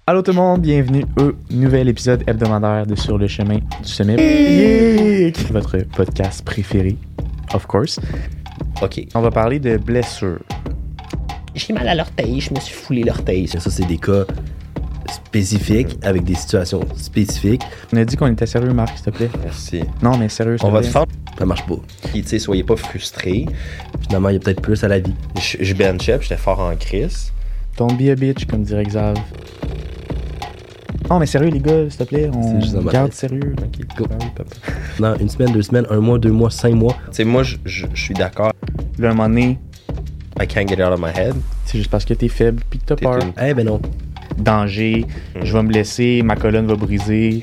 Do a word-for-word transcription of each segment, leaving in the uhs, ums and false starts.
Allô tout le monde, bienvenue au nouvel épisode hebdomadaire de Sur le chemin du sommet. Yeah! Votre podcast préféré, of course. OK. On va parler de blessures. J'ai mal à l'orteil, je me suis foulé l'orteil. Ça, c'est des cas spécifiques avec des situations spécifiques. On a dit qu'on était sérieux, Marc, s'il te plaît. Merci. Non, mais sérieux, s'il te On va plaît. te faire. Ça marche pas. Puis, tu sais, soyez pas frustrés. Finalement, il y a peut-être plus à la vie. Je, je benchais, puis j'étais fort en crise. Don't be a bitch, comme dirait Xav. Non, mais sérieux, les gars, s'il te plaît, on C'est juste dans ma garde tête. sérieux. OK, go. Ah oui, papa. Dans une semaine, deux semaines, un mois, deux mois, cinq mois. Tu sais, moi, je, je, je suis d'accord. Là, un moment donné, I can't get it out of my head. c'est juste parce que t'es faible pis que t'as T'es peur. une- Eh ben non. Danger, Mm. je vais me blesser, ma colonne va briser.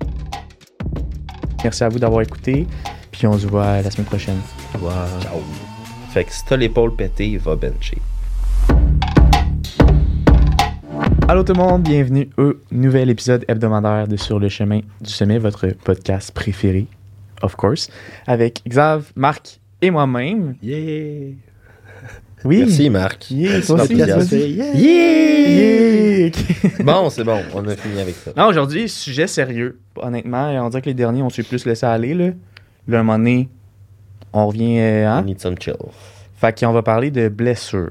Merci à vous d'avoir écouté, puis on se voit la semaine prochaine. Wow. Ciao. Fait que si t'as l'épaule pétée, va bencher. Allô tout le monde, bienvenue au nouvel épisode hebdomadaire de Sur le chemin du sommet, votre podcast préféré, of course, avec Xav, Marc et moi-même. Yeah. Oui. Merci, Marc. Yeah, C'est toi aussi, enthousiaste. vas-y. Yeah. Yeah. Bon, c'est bon. On a fini avec ça. Non, aujourd'hui, sujet sérieux. Honnêtement, on dirait que les derniers, on s'est plus laissé aller. Là, là un moment donné, on revient... euh, hein? I need some chill. Fait qu'on va parler de blessures.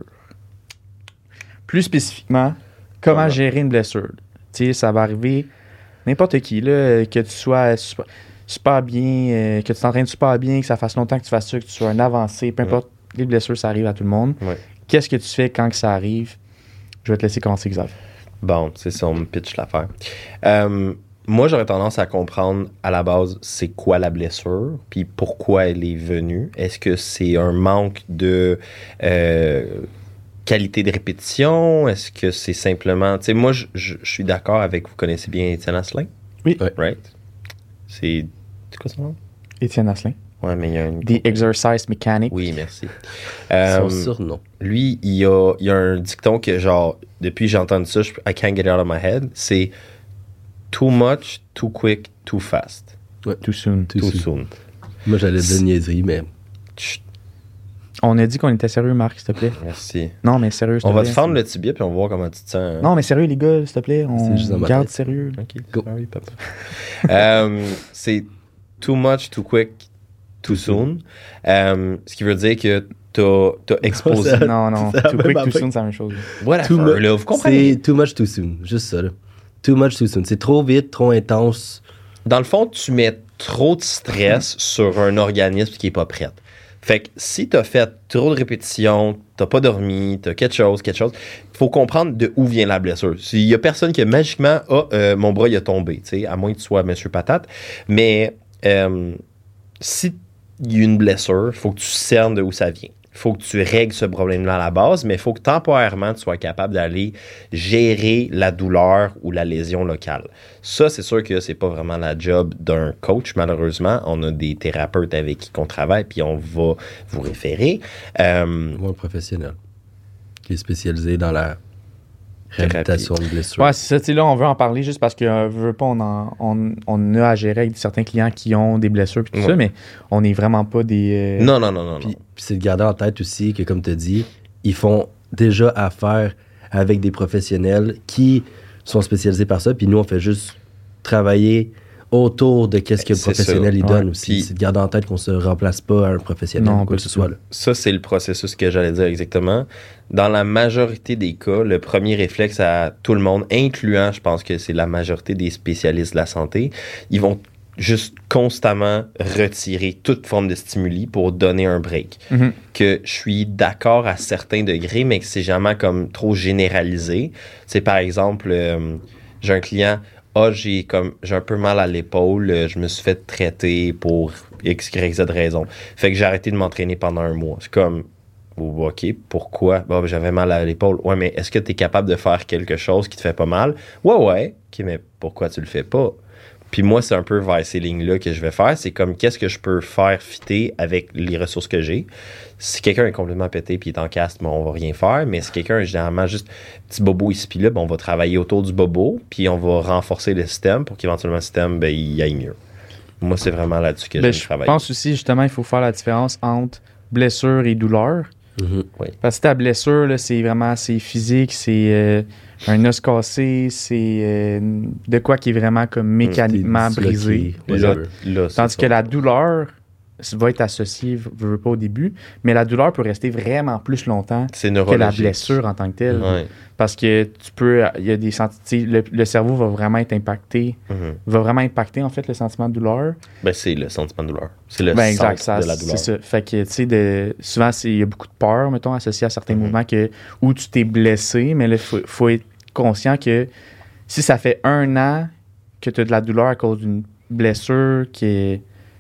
Plus spécifiquement, comment Comment? gérer une blessure. Tu sais, ça va arriver n'importe qui, là, que tu sois super, super bien, euh, que tu t'entraînes super bien, que ça fasse longtemps que tu fasses ça, que tu sois un avancé, peu importe, les blessures, ça arrive à tout le monde. Ouais. Qu'est-ce que tu fais quand que ça arrive? Je vais te laisser commencer, Xav. Bon, c'est ça, on me pitch l'affaire. Euh, moi, j'aurais tendance à comprendre à la base c'est quoi la blessure, puis pourquoi elle est venue. Est-ce que c'est un manque de euh, qualité de répétition? Est-ce que c'est simplement... Tu sais, moi, je, je, je suis d'accord avec... Vous connaissez bien Étienne Asselin? Oui. Ouais. Right? C'est... C'est quoi son nom? Étienne Asselin. Ouais, mais il y a une... The Exercise Mechanic. Oui, merci. Son Euh, surnom. lui, il y a, il y a un dicton que, genre, depuis que j'ai entendu ça, je, I can't get it out of my head. C'est too much, too quick, too fast. Too soon. Too Too soon. soon. Moi, j'allais dire niaiserie, mais Chut, On a dit qu'on était sérieux, Marc, s'il te plaît. merci. Non, mais sérieux, s'il On te va plaît. te fendre le tibia puis on va voir comment tu te sens. hein. Non, mais sérieux, les gars, s'il te plaît, on C'est juste dans ma garde tête. sérieux. OK. Go. Sorry, papa. Euh, c'est too much, too quick, too soon. Euh, ce qui veut dire que t'as, t'as exposé... ça- Non, non, c'est la too même quick, too affaire. soon, c'est la même chose. Whatever, Too mu- là, vous comprenez? c'est too much too soon. Juste ça, là. Too much too soon. C'est trop vite, trop intense. Dans le fond, tu mets trop de stress sur un organisme qui est pas prêt. Fait que si t'as fait trop de répétitions, t'as pas dormi, t'as quelque chose, quelque chose, faut comprendre de où vient la blessure. Il y a personne qui magiquement, ah, euh, mon bras il a tombé, tu sais, à moins que tu sois Monsieur Patate. Mais euh, si il y a une blessure, faut que tu cernes de où ça vient. Faut que tu règles ce problème-là à la base, mais il faut que temporairement, tu sois capable d'aller gérer la douleur ou la lésion locale. Ça, c'est sûr que c'est pas vraiment la job d'un coach, malheureusement. On a des thérapeutes avec qui on travaille, puis on va vous référer. Euh, Moi, un professionnel qui est spécialisé dans la réhabilitation de blessures. Ouais, c'est ça. Tu sais, là, on veut en parler juste parce que, euh, veut pas, on, en- on, on a à gérer avec certains clients qui ont des blessures et tout Ouais. ça, mais on n'est vraiment pas des... euh, non, non, non, non. non. Puis, puis c'est de garder en tête aussi que, comme tu as dit, ils font déjà affaire avec des professionnels qui sont spécialisés par ça. Puis nous, on fait juste travailler autour de qu'est-ce que le C'est professionnel ça. il donne Ouais. aussi. Puis- C'est de garder en tête qu'on se remplace pas à un professionnel Non, ou quoi pas que ce du soit. tout. Là. Ça, c'est le processus que j'allais dire exactement. Dans la majorité des cas, le premier réflexe à tout le monde, incluant, je pense que c'est la majorité des spécialistes de la santé, ils vont juste constamment retirer toute forme de stimuli pour donner un break. Mhm. Que je suis d'accord à certains degrés, mais que c'est jamais comme trop généralisé. C'est par exemple, euh, j'ai un client, ah, j'ai comme j'ai un peu mal à l'épaule, euh, je me suis fait traiter pour X, Y, Z raison. Fait que j'ai arrêté de m'entraîner pendant un mois. C'est comme, oh, OK, pourquoi? Bon, ben, j'avais mal à l'épaule. Ouais, mais est-ce que tu es capable de faire quelque chose qui te fait pas mal? Ouais, ouais. OK, mais pourquoi tu le fais pas? Puis moi, c'est un peu vers ces lignes-là que je vais faire. C'est comme, qu'est-ce que je peux faire fitter avec les ressources que j'ai? Si quelqu'un est complètement pété puis il est en caste, ben, on va rien faire. Mais si quelqu'un est généralement juste petit bobo ici puis là, ben, on va travailler autour du bobo puis on va renforcer le système pour qu'éventuellement le système, ben, il aille mieux. Moi, c'est vraiment là-dessus que Ben, je je travaille. pense aussi, justement, il faut faire la différence entre blessure et douleur. Mhm. Parce que ta blessure, là, c'est vraiment c'est physique, c'est euh, un os cassé, c'est euh, de quoi qui est vraiment comme mécaniquement T'es brisé. disloqué, Là, whatever. là, c'est Tandis ça. que la douleur va être associée, je veux pas au début, mais la douleur peut rester vraiment plus longtemps C'est que la neurologique. blessure en tant que telle. Ouais. Parce que tu peux, il y a des senti- tu sais, le, le cerveau va vraiment être impacté, Mhm. va vraiment impacter en fait le sentiment de douleur. Ben, c'est le sentiment de douleur. C'est le Ben centre exact, ça, de la c'est douleur. ça. Fait que tu sais, de- souvent c'est- il y a beaucoup de peur, mettons, associée à certains Mhm. mouvements que où tu t'es blessé, mais là, il faut, faut être conscient que si ça fait un an que tu as de la douleur à cause d'une blessure qui est,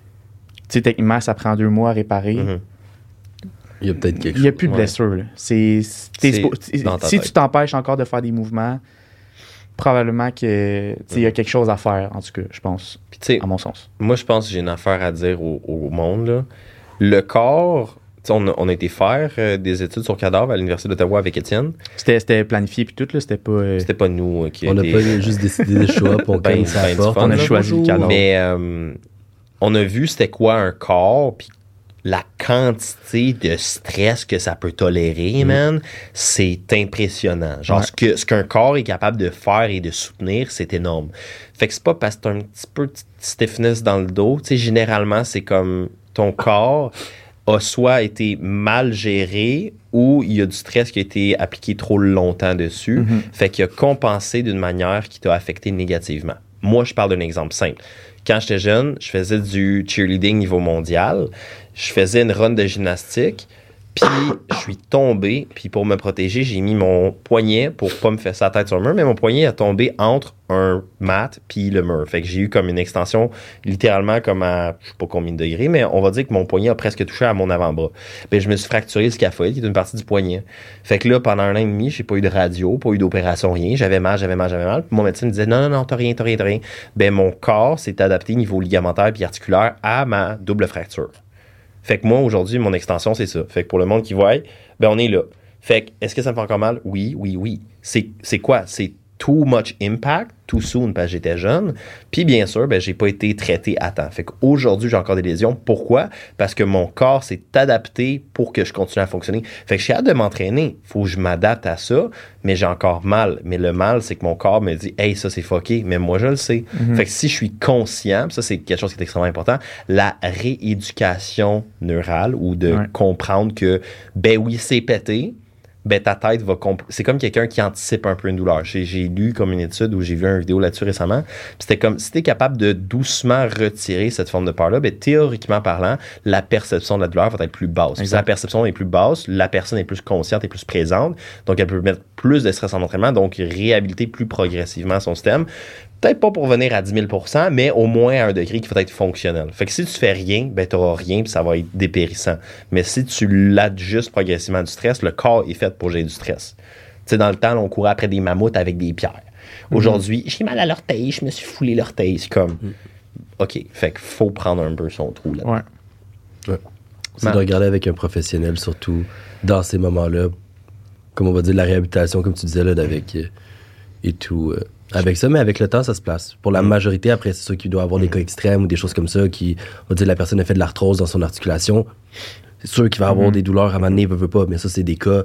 tu sais, techniquement, ça prend deux mois à réparer. Mhm. Il y a peut-être quelque Il n'y a chose. plus de Ouais. blessure. Là. C'est, t'es C'est suppo- dans ta si tête. tu t'empêches encore de faire des mouvements, probablement que tu sais, il y a quelque chose à faire, en tout cas, je pense, Puis, tu sais, à mon sens. moi, je pense que j'ai une affaire à dire au, au monde. Là. Le corps, tu sais, on a, on a été faire euh, des études sur cadavres à l'Université d'Ottawa avec Étienne. C'était, c'était planifié puis tout, là, c'était pas... euh, C'était pas nous euh, qui On n'a été- pas juste décidé des choix pour Ben, qu'on ça ben du apporte. fun, on a là. choisi le Bonjour. cadavre. Mais euh, on a vu c'était quoi un corps, puis la quantité de stress que ça peut tolérer, man, c'est impressionnant. Genre, Ouais. ce, que, ce qu'un corps est capable de faire et de soutenir, c'est énorme. Fait que c'est pas parce que t'as un petit peu de stiffness dans le dos. Tu sais, généralement, c'est comme ton corps a soit été mal géré ou il y a du stress qui a été appliqué trop longtemps dessus. Mhm. Fait qu'il a compensé d'une manière qui t'a affecté négativement. Moi, je parle d'un exemple simple. Quand j'étais jeune, je faisais du cheerleading niveau mondial. Je faisais une run de gymnastique. Puis, je suis tombé. Puis, pour me protéger, j'ai mis mon poignet pour pas me fesser la tête sur le mur. Mais mon poignet a tombé entre un mat puis le mur. Fait que j'ai eu comme une extension, littéralement comme à, je sais pas combien de degrés, mais on va dire que mon poignet a presque touché à mon avant-bras. Ben, je me suis fracturé le scaphoïde, qui est une partie du poignet. Fait que là, pendant un an et demi, j'ai pas eu de radio, pas eu d'opération, rien. J'avais mal, j'avais mal, j'avais mal. Puis mon médecin me disait, non, non, non, t'as rien, t'as rien, t'as rien. Ben, mon corps s'est adapté niveau ligamentaire puis articulaire à ma double fracture. Fait que moi, aujourd'hui, mon extension, c'est ça. Fait que pour le monde qui voit, ben, on est là. Fait que, est-ce que ça me fait encore mal? Oui, oui, oui. C'est, c'est quoi? C'est too much impact, too soon, parce que j'étais jeune. Puis, bien sûr, ben, j'ai pas été traité à temps. Fait qu'aujourd'hui, j'ai encore des lésions. Pourquoi? Parce que mon corps s'est adapté pour que je continue à fonctionner. Fait que j'ai hâte de m'entraîner. Faut que je m'adapte à ça, mais j'ai encore mal. Mais le mal, c'est que mon corps me dit, hey, ça, c'est fucké. Mais moi, je le sais. Mhm. Fait que si je suis conscient, ça, c'est quelque chose qui est extrêmement important, la rééducation neurale ou de Ouais. comprendre que, ben oui, c'est pété, ben ta tête va... Comp- c'est comme quelqu'un qui anticipe un peu une douleur. J'ai, j'ai lu comme une étude où j'ai vu une vidéo là-dessus récemment. Puis c'était comme, si t'es capable de doucement retirer cette forme de peur-là, ben théoriquement parlant, la perception de la douleur va être plus basse. Si Exact. la perception est plus basse, la personne est plus consciente et plus présente, donc elle peut mettre plus de stress en entraînement, donc réhabiliter plus progressivement son système. Peut-être pas pour venir à dix mille pour cent, mais au moins à un degré qui va être fonctionnel. Fait que si tu fais rien, ben t'auras rien puis ça va être dépérissant. Mais si tu l'adjustes progressivement du stress, le corps est fait pour gérer du stress. Tu sais, dans le temps, là, on courait après des mammouths avec des pierres. Aujourd'hui, j'ai mal à l'orteil, je me suis foulé l'orteil. C'est comme, OK, fait qu'il faut prendre un peu son trou là. Ouais. C'est de regarder avec un professionnel, surtout dans ces moments-là. Comme on va dire, la réhabilitation, comme tu disais, là, avec, euh, et tout. euh, avec ça, mais avec le temps, ça se place. Pour la Mm. majorité, après, c'est sûr qu'il doit y avoir des cas extrêmes ou des choses comme ça qui, on va dire, la personne a fait de l'arthrose dans son articulation. C'est sûr qu'il va avoir Mhm. des douleurs à un moment donné, veut, veut pas, mais ça, c'est des cas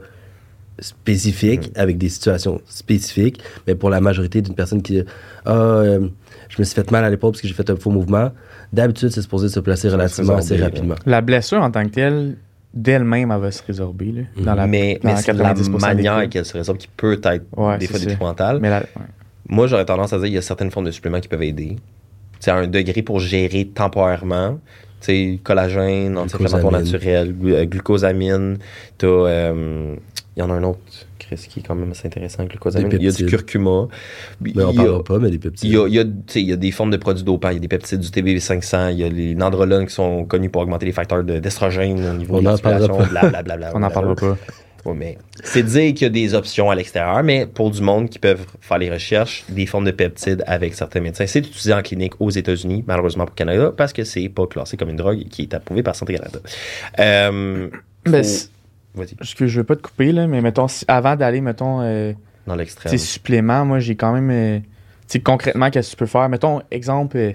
spécifiques, avec des situations spécifiques. Mais pour la majorité d'une personne qui ah, euh, je me suis fait mal à l'épaule parce que j'ai fait un faux mouvement, d'habitude, c'est supposé se placer Ça va se relativement assez résorber, rapidement. La blessure en tant que telle, d'elle-même, elle va se résorber. Là, dans la, mais dans mais c'est la quatre-vingt-dix pour cent des manière cas. qu'elle se résorbe qui peut être Ouais, des c'est fois ça. détrimentale. Mais la, ouais. Moi, j'aurais tendance à dire qu'il y a certaines formes de suppléments qui peuvent aider. C'est à un degré pour gérer temporairement. Tu sais, collagène, anti-inflammatoire Glucosamine. naturel, glu- euh, glucosamine. T'as. euh, Il y en a un autre, Chris, qui est quand même assez intéressant, glucosamine. Des Il y a du peptides. curcuma. Mais on Il y a- parlera pas, mais des peptides. il y a, il y a, tu sais, il y a des formes de produits dopants, il y a des peptides du T B cinq cents, il y a les nandrolones qui sont connus pour augmenter les facteurs de- d'estrogène au niveau On de n'en parlera l'articulation, pas. blablabla. On n'en parlera pas. Ouais, mais c'est dire qu'il y a des options à l'extérieur, mais pour du monde qui peuvent faire les recherches, des formes de peptides avec certains médecins, c'est utilisé en clinique aux États-Unis, malheureusement pour le Canada, parce que c'est pas classé comme une drogue qui est approuvée par Santé Canada. Euh, Ben, faut- c'est- Vas-y, Parce que je veux pas te couper, là, mais mettons, si- avant d'aller, mettons, euh, dans tes l'extrême. suppléments, moi, j'ai quand même. euh, tu sais, concrètement, qu'est-ce que tu peux faire? Mettons, exemple, euh,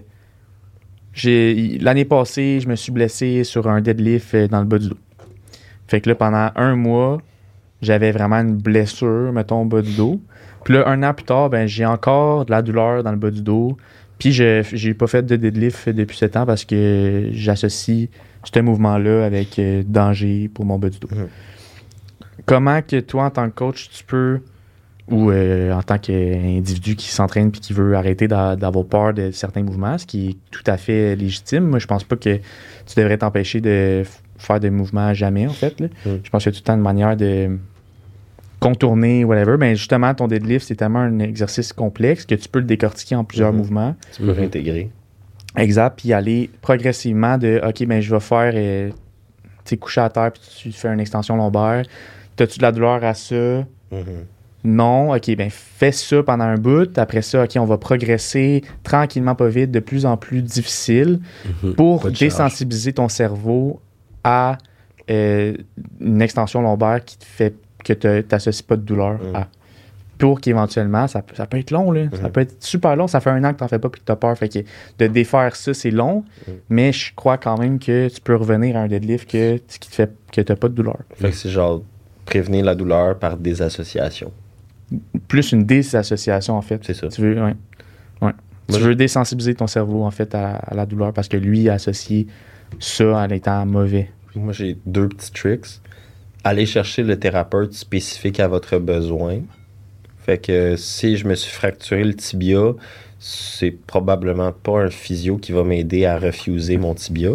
j'ai l'année passée, je me suis blessé sur un deadlift euh, dans le bas du dos. Fait que là, pendant un mois, j'avais vraiment une blessure, mettons, au bas du dos. Puis là, un an plus tard, ben, j'ai encore de la douleur dans le bas du dos. Puis je j'ai pas fait de deadlift depuis sept ans parce que j'associe ce mouvement-là avec euh, danger pour mon bas du dos. Mhm. Comment que toi, en tant que coach, tu peux, ou euh, en tant qu'individu qui s'entraîne puis qui veut arrêter d'a- d'avoir peur de certains mouvements, ce qui est tout à fait légitime. Moi, je pense pas que tu devrais t'empêcher de f- faire des mouvements jamais, en fait. Là. Mm. Je pense qu'il y a tout le temps une manière de contourner, whatever. Mais justement, ton deadlift, c'est tellement un exercice complexe que tu peux le décortiquer en plusieurs Mhm. mouvements. Tu peux Mhm. réintégrer. Exact. Puis aller progressivement de, OK, ben je vais faire, euh, tu sais, coucher à terre puis tu fais une extension lombaire. T'as-tu de la douleur à ça? Mhm. Non, ok, ben fais ça pendant un bout. Après ça, ok, on va progresser tranquillement, pas vite, de plus en plus difficile Mhm. pour Pas de charge. désensibiliser ton cerveau à euh, une extension lombaire qui te fait que tu n'associes pas de douleur Mm. à. Pour qu'éventuellement, ça, peut- ça peut être long, là. Ça Mhm. peut être super long. Ça fait un an que tu n'en fais pas et que tu as peur. Fait que de défaire ça, c'est long. Mm. Mais je crois quand même que tu peux revenir à un deadlift que, qui te fait que tu n'as pas de douleur. Fait que c'est genre prévenir la douleur par désassociation. Plus une désassociation, en fait. C'est ça. Tu veux, ouais. Ouais. Tu Moi, veux désensibiliser ton cerveau, en fait, à, à la douleur parce que lui associe ça en étant mauvais. Moi, j'ai deux petits tricks. Allez chercher le thérapeute spécifique à votre besoin. Fait que si je me suis fracturé le tibia, c'est probablement pas un physio qui va m'aider à refuser mon tibia.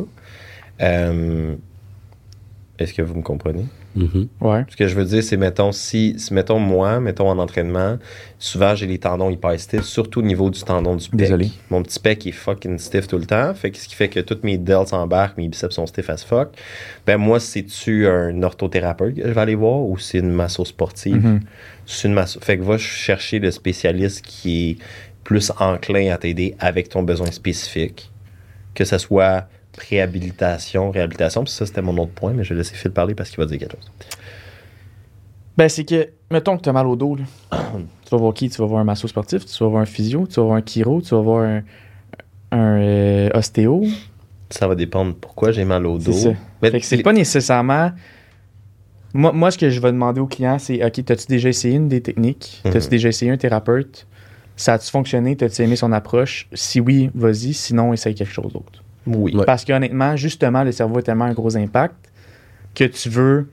Euh, Est-ce que vous me comprenez? Mhm. Ouais. Ce que je veux dire, c'est, mettons, si, si, mettons, moi, mettons, en entraînement, souvent, j'ai les tendons hyper stiffs, surtout au niveau du tendon du pec. Désolé. Mon petit pec est fucking stiff tout le temps, fait que ce qui fait que toutes mes delts embarquent, mes biceps sont stiffs as fuck. Ben, moi, c'est-tu un orthothérapeute que je vais aller voir ou c'est une masso sportive? Mhm. C'est une masso. Fait que va chercher le spécialiste qui est plus enclin à t'aider avec ton besoin spécifique. Que ce soit réhabilitation, réhabilitation, puis ça, c'était mon autre point, mais je vais laisser Phil parler parce qu'il va dire quelque chose. Ben, c'est que, mettons que tu as mal au dos, là. Tu vas voir qui? Tu vas voir un masso sportif, tu vas voir un physio, tu vas voir un chiro, tu vas voir un, un euh, ostéo. Ça va dépendre pourquoi j'ai mal au dos. C'est ça. Mais Fait que c'est les- pas nécessairement... Moi, moi, ce que je vais demander au client, c'est, OK, t'as-tu déjà essayé une des techniques? Mhm. T'as-tu déjà essayé un thérapeute? Ça a-tu fonctionné? T'as-tu aimé son approche? Si oui, vas-y. Sinon, essaye quelque chose d'autre. Oui. Ouais. Parce qu'honnêtement, justement, le cerveau a tellement un gros impact que tu veux...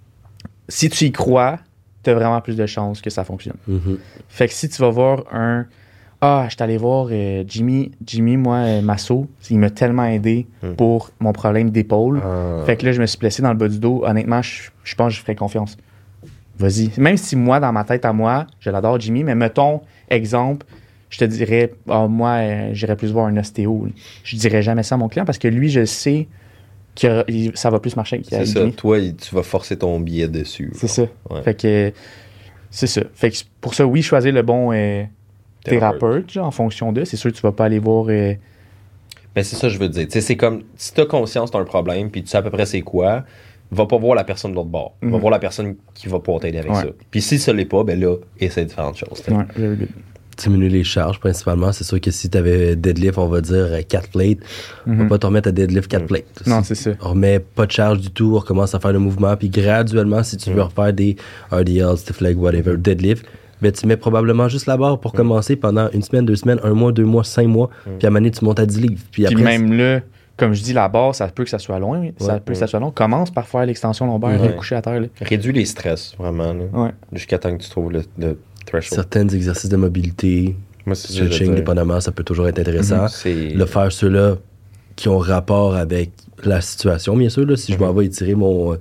Si tu y crois, t'as vraiment plus de chances que ça fonctionne. Mhm. Fait que si tu vas voir un... Ah, je suis allé voir euh, Jimmy, Jimmy, moi, euh, Masso, il m'a tellement aidé Hmm. pour mon problème d'épaule. Ah. Fait que là, je me suis blessé dans le bas du dos. Honnêtement, je, je pense que je ferais confiance. Vas-y. Même si moi, dans ma tête à moi, je l'adore, Jimmy, mais mettons, exemple, je te dirais, ah, moi, euh, j'irais plus voir un ostéo. Je dirais jamais ça à mon client parce que lui, je sais que il- ça va plus marcher C'est avec ça. Jimmy. Toi, il- tu vas forcer ton billet dessus. C'est genre. ça. Ouais. Fait que c'est ça. Fait que pour ça, oui, choisir le bon euh, Thérapeute. thérapeute, genre, en fonction de. C'est sûr que tu vas pas aller voir. euh, Mais c'est ça que je veux dire. Tu sais, c'est comme, si tu as conscience que tu as un problème, puis tu sais à peu près c'est quoi, va pas voir la personne de l'autre bord. Va Mhm. voir la personne qui va pouvoir t'aider avec Ouais. ça. Puis si ça l'est pas, ben là, essaie différentes choses. t'sais. ouais, very good. Diminuer les charges principalement. C'est sûr que si tu avais deadlift, on va dire quatre plates, on va Mhm. pas te remettre à deadlift quatre Mhm. plates. Non, Si c'est ça. on remet pas de charge du tout, on recommence à faire le mouvement, puis graduellement, si tu veux Mhm. refaire des R D L, stiff leg, whatever, deadlift, ben tu mets probablement juste la barre pour commencer pendant une semaine, deux semaines, un mois, deux mois, cinq mois, Mhm. puis à un moment donné, tu montes à dix livres. Puis, Puis après, même là, comme je dis, la barre, ça peut que ça soit loin. Ça Ouais. peut que ça soit long. Commence par faire l'extension lombaire, Ouais. le coucher à terre. Là. Réduis les stress, vraiment, là, Ouais. jusqu'à temps que tu trouves le, le threshold. certains exercices de mobilité, Moi, c'est ça que je stretching, veux dire. dépendamment, ça peut toujours être intéressant. C'est... Le faire ceux-là qui ont rapport avec la situation, bien sûr. Là, si je m'en Mhm. vais étirer mon, euh,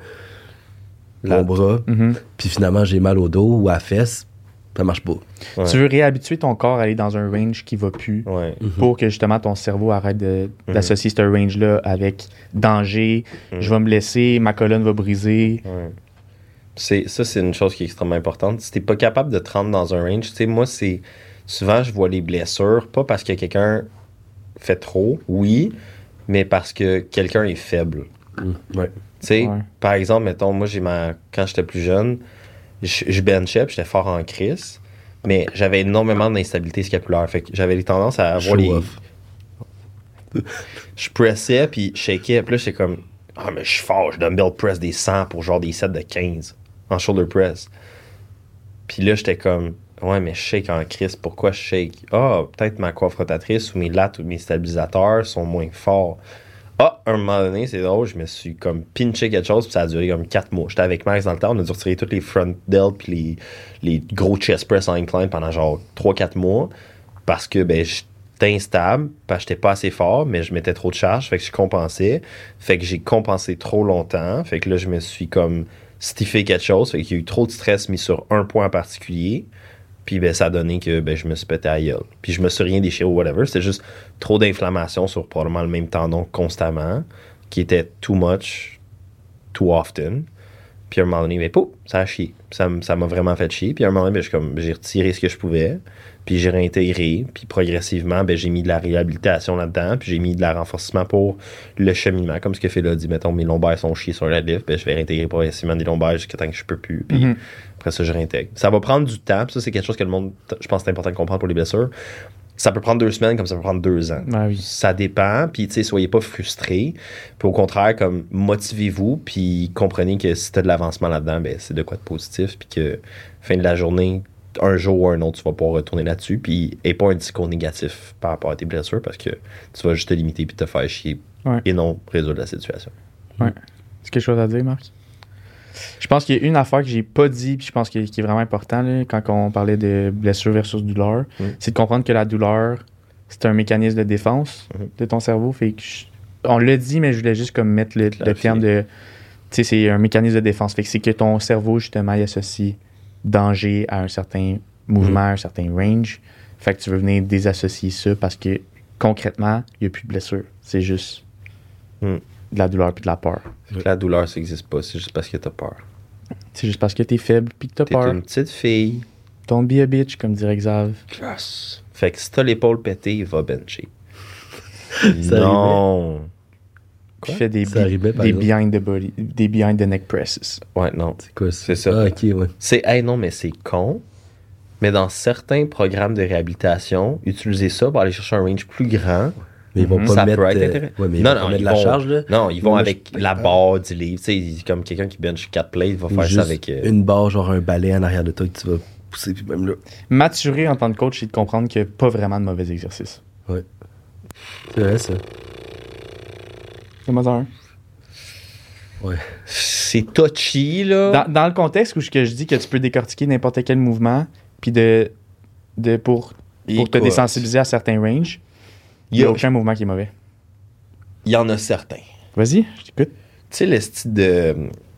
La- mon bras, Mhm. puis finalement j'ai mal au dos ou à la fesse, ça marche pas. Ouais. Tu veux réhabituer ton corps à aller dans un range qui va plus Ouais. pour que justement ton cerveau arrête de- Mhm. d'associer ce range-là avec danger. Mhm. Je vais me blesser, ma colonne va briser. Ouais. C'est, ça, c'est une chose qui est extrêmement importante. Si t'es pas capable de te rendre dans un range, tu sais, moi, c'est... Souvent, je vois les blessures, pas parce que quelqu'un fait trop, oui, mais parce que quelqu'un est faible. Mm. Ouais. Tu sais, Ouais. par exemple, mettons, moi, j'ai ma... quand j'étais plus jeune, je, je benchais, puis j'étais fort en crise, mais j'avais énormément d'instabilité scapulaire. Fait que j'avais les tendances à avoir Show les... off. Je pressais, puis je shakeais, puis là, j'étais comme... Ah, mais je suis fort, je dumbbell press des cent pour genre des sets de quinze. en shoulder press. Puis là, j'étais comme, ouais, mais je shake en crise. Pourquoi je shake? Ah, peut-être ma coiffe rotatrice ou mes lattes ou mes stabilisateurs sont moins forts. Ah, à un moment donné, c'est drôle, je me suis comme pinché quelque chose, puis ça a duré comme quatre mois. J'étais avec Max dans le temps, on a dû retirer tous les front delts puis les, les gros chest press en incline pendant genre trois quatre mois, parce que ben, j'étais instable, parce que j'étais pas assez fort, mais je mettais trop de charge, fait que je compensais. Fait que j'ai compensé trop longtemps, fait que là, je me suis comme stiffé quelque chose, fait qu'il y a eu trop de stress mis sur un point en particulier. Puis ben, ça a donné que ben, je me suis pété à la gueule. Puis je me suis rien déchiré ou whatever. C'était juste trop d'inflammation sur probablement le même tendon constamment, qui était too much, too often. Puis à un moment donné, ben, pouf, ça a chié. Ça, ça m'a vraiment fait chier. Puis à un moment donné, ben, j'ai, comme, j'ai retiré ce que je pouvais. Puis j'ai réintégré. Puis progressivement, ben, j'ai mis de la réhabilitation là-dedans. Puis j'ai mis de la renforcement pour le cheminement. Comme ce que Phil a dit, mettons, mes lombaires sont chiés sur la lift. Ben, je vais réintégrer progressivement des lombaires jusqu'à temps que je peux plus. Puis mm-hmm. après ça, je réintègre. Ça va prendre du temps. Puis ça, c'est quelque chose que le monde, je pense que c'est important de comprendre pour les blessures. Ça peut prendre deux semaines comme ça peut prendre deux ans. Ah oui. Ça dépend. Puis, tu sais, soyez pas frustrés. Puis, au contraire, comme, motivez-vous. Puis, comprenez que si tu as de l'avancement là-dedans, ben, c'est de quoi de positif. Puis que, fin de la journée, un jour ou un autre, tu vas pouvoir retourner là-dessus. Puis, et pas un discours négatif par rapport à tes blessures parce que tu vas juste te limiter puis te faire chier ouais. et non résoudre la situation. Ouais. C'est quelque chose à dire, Marc? Je pense qu'il y a une affaire que j'ai pas dit, puis je pense qu'il, qu'il est vraiment important là, quand on parlait de blessure versus douleur, mm. c'est de comprendre que la douleur, c'est un mécanisme de défense mm. de ton cerveau. Fait que je, on l'a dit, mais je voulais juste comme mettre le, le terme de... Tu sais, c'est un mécanisme de défense. Fait que c'est que ton cerveau, justement, il associe danger à un certain mouvement, mm. à un certain range. Fait que tu veux venir désassocier ça parce que, concrètement, il n'y a plus de blessure. C'est juste... Mm. de la douleur puis de la peur. La douleur, ça n'existe pas. C'est juste parce que t'as peur. C'est juste parce que t'es faible puis que t'as t'es peur. T'es une petite fille. Don't be a bitch, comme dirait Xav. Yes. Fait que si t'as l'épaule pétée, va bencher. Non. Puis fais des, bi- des behind the body, des behind the neck presses. Ouais, non. C'est quoi ça? C'est ça. Ah, ok, ouais. C'est, hey, non, mais c'est con. Mais dans certains programmes de réhabilitation, utiliser ça pour aller chercher un range plus grand. Mais ils vont mm-hmm. pas ça mettre, peut être euh, intéressant. Ouais, mais ils non, vont non, mettre ils la vont, charge, là. Non, ils vont Moi, avec je... la barre du livre. Tu sais, comme quelqu'un qui bench quatre plates, il va faire juste ça avec... Euh... une barre, genre un balai en arrière de toi que tu vas pousser, puis même là. Maturer en tant que coach, c'est de comprendre qu'il n'y a pas vraiment de mauvais exercices. Ouais. C'est vrai, ça. C'est moi un. Ouais. C'est touchy, là. Dans, dans le contexte où je, que je dis que tu peux décortiquer n'importe quel mouvement, puis de, de, pour, pour te désensibiliser à certains ranges, il n'y a, a aucun mouvement qui est mauvais. Il y en a certains. Vas-y, je t'écoute. Tu sais, le style de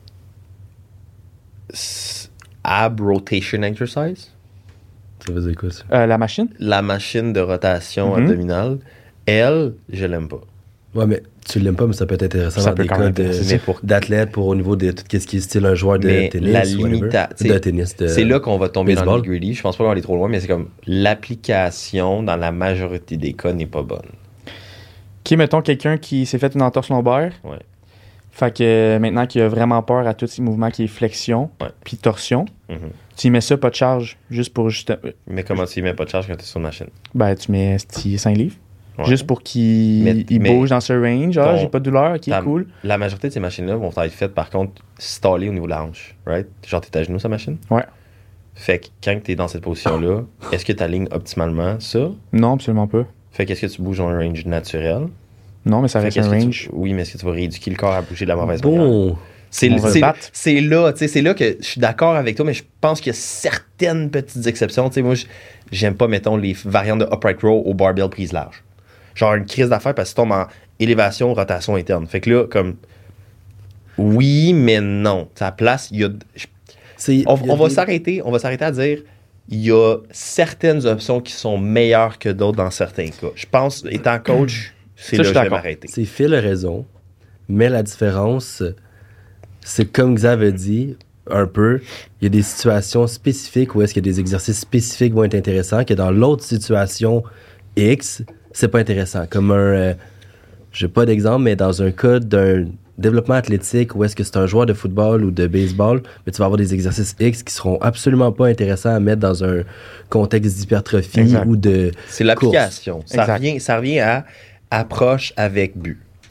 ab rotation exercise. Ça veut dire quoi, ça? Euh, la machine? La machine de rotation mm-hmm. abdominale. Elle, je l'aime pas. Ouais, mais tu l'aimes pas, mais ça peut être intéressant ça dans peut des quand cas même de, pour... d'athlète pour au niveau de tout ce qui est style un joueur de mais tennis. La limita- de tennis. De c'est là qu'on va tomber baseball. dans le gritty. Je pense pas qu'on va aller trop loin, mais c'est comme l'application dans la majorité des cas n'est pas bonne. Ok, mettons quelqu'un qui s'est fait une entorse lombaire. Ouais. Fait que euh, maintenant qu'il a vraiment peur à tous ces mouvements qui est flexion ouais. puis torsion, mm-hmm. tu y mets ça pas de charge juste pour juste. Mais comment tu y mets pas de charge quand tu es sur une machine? Ben, tu mets cinq livres. Ouais. Juste pour qu'il mais, il mais bouge dans ce range. Ah, ton, j'ai pas de douleur, ok, ta, cool. La majorité de ces machines-là vont être faites par contre installées au niveau de la hanche, right? Genre, t'es à genoux, sa machine? Ouais. Fait que quand t'es dans cette position-là, est-ce que tu alignes optimalement ça? Non, absolument pas. Fait qu'est-ce que tu bouges dans un range naturel? Non, mais ça reste un range. Tu, oui, mais est-ce que tu vas rééduquer le corps à bouger de la mauvaise bon. manière? C'est, c'est, c'est là, tu sais, c'est là que je suis d'accord avec toi, mais je pense qu'il y a certaines petites exceptions. Tu sais, moi, j'aime pas, mettons, les variantes de upright row au barbell prise large. Genre une crise d'affaires parce que tu tombes en élévation, rotation interne. Fait que là, comme, oui, mais non. À la place, il y a... C'est, on, y a on va des... s'arrêter, on va s'arrêter à dire, il y a certaines options qui sont meilleures que d'autres dans certains cas. Je pense, étant coach, c'est ça, là que je vais m'arrêter. C'est Phil a raison, mais la différence, c'est comme Xav a dit, un peu, il y a des situations spécifiques où est-ce que des exercices spécifiques vont être intéressants, que dans l'autre situation X, c'est pas intéressant. Comme un, euh, j'ai pas d'exemple, mais dans un cas d'un développement athlétique où est-ce que c'est un joueur de football ou de baseball, mais tu vas avoir des exercices X qui seront absolument pas intéressants à mettre dans un contexte d'hypertrophie exact. Ou de c'est l'application. Ça revient, ça revient à approche avec but.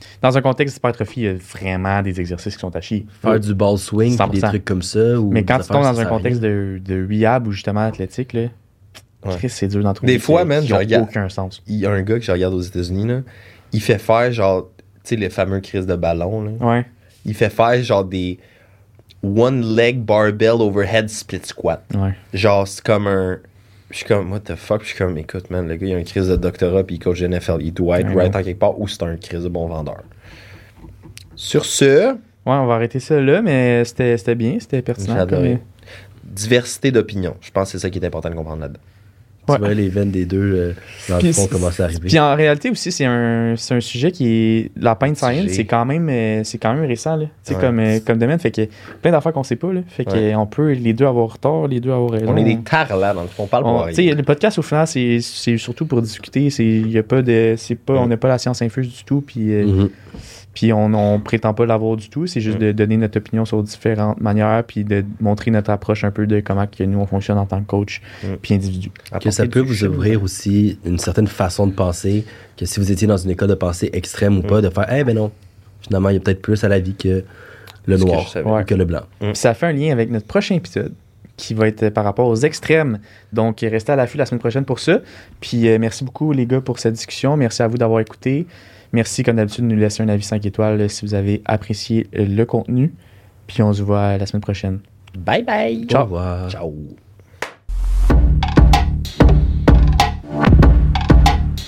Dans un contexte d'hypertrophie, il y a vraiment des exercices qui sont à chier. Faire du ball swing, puis des trucs comme ça. Ou Mais quand des tu tombes affaires, dans ça un sert à contexte rien. de, de rehab ou justement athlétique, là, Ouais. Chris, c'est dur d'en trouver. Des fois, qui- man, qui je ont regarde- aucun sens. Il y a un gars que je regarde aux États-Unis, là, il fait faire genre, tu sais, les fameux crises de ballon, là. Ouais. Il fait faire genre des one leg barbell overhead split squat. Ouais. Genre, c'est comme un. Je suis comme, what the fuck? Puis je suis comme, écoute, man, le gars, il a une crise de doctorat, puis il coach N F L. Il doit être Ouais, right non. en quelque part, ou c'est un crise de bon vendeur. Sur ce, Ouais, on va arrêter ça là, mais c'était c'était bien, c'était pertinent. J'ai adoré. comme- diversité d'opinion. Je pense que c'est ça qui est important de comprendre là-dedans. Ouais. Tu vois les veines des deux, euh, dans le Puis fond, c'est- commencer à arriver. Puis en réalité aussi, c'est un, c'est un sujet qui est. La pain science, Sujet. c'est quand même euh, c'est quand même récent, là. Tu sais, Ouais. comme, euh, comme domaine. Fait que plein d'affaires qu'on sait pas, là. Fait Ouais. qu'on peut les deux avoir tort, les deux avoir raison. On est des tares là, dans le fond, on parle On- pour tu sais, rien. le podcast, au final, c'est c'est surtout pour discuter. C'est y a pas de, c'est pas, on n'a pas la science infuse du tout. Puis, euh, Mhm. puis on, on prétend pas l'avoir du tout. C'est juste Mm. de donner notre opinion sur différentes manières. Puis de montrer notre approche un peu de comment que nous, on fonctionne en tant que coach. Mm. Puis individu. Que ça Apporter peut du vous chill. ouvrir aussi une certaine façon de penser, que si vous étiez dans une école de pensée extrême ou pas, de faire, eh ben non, finalement, il y a peut-être plus à la vie que le Ce que noir je savais. ou Ouais. que le blanc. Puis ça fait un lien avec notre prochain épisode qui va être par rapport aux extrêmes. Donc, restez à l'affût la semaine prochaine pour ça. Puis, euh, merci beaucoup, les gars, pour cette discussion. Merci à vous d'avoir écouté. Merci, comme d'habitude, de nous laisser un avis cinq étoiles euh, si vous avez apprécié euh, le contenu. Puis, on se voit la semaine prochaine. Bye bye. Ciao. Au revoir. Ciao.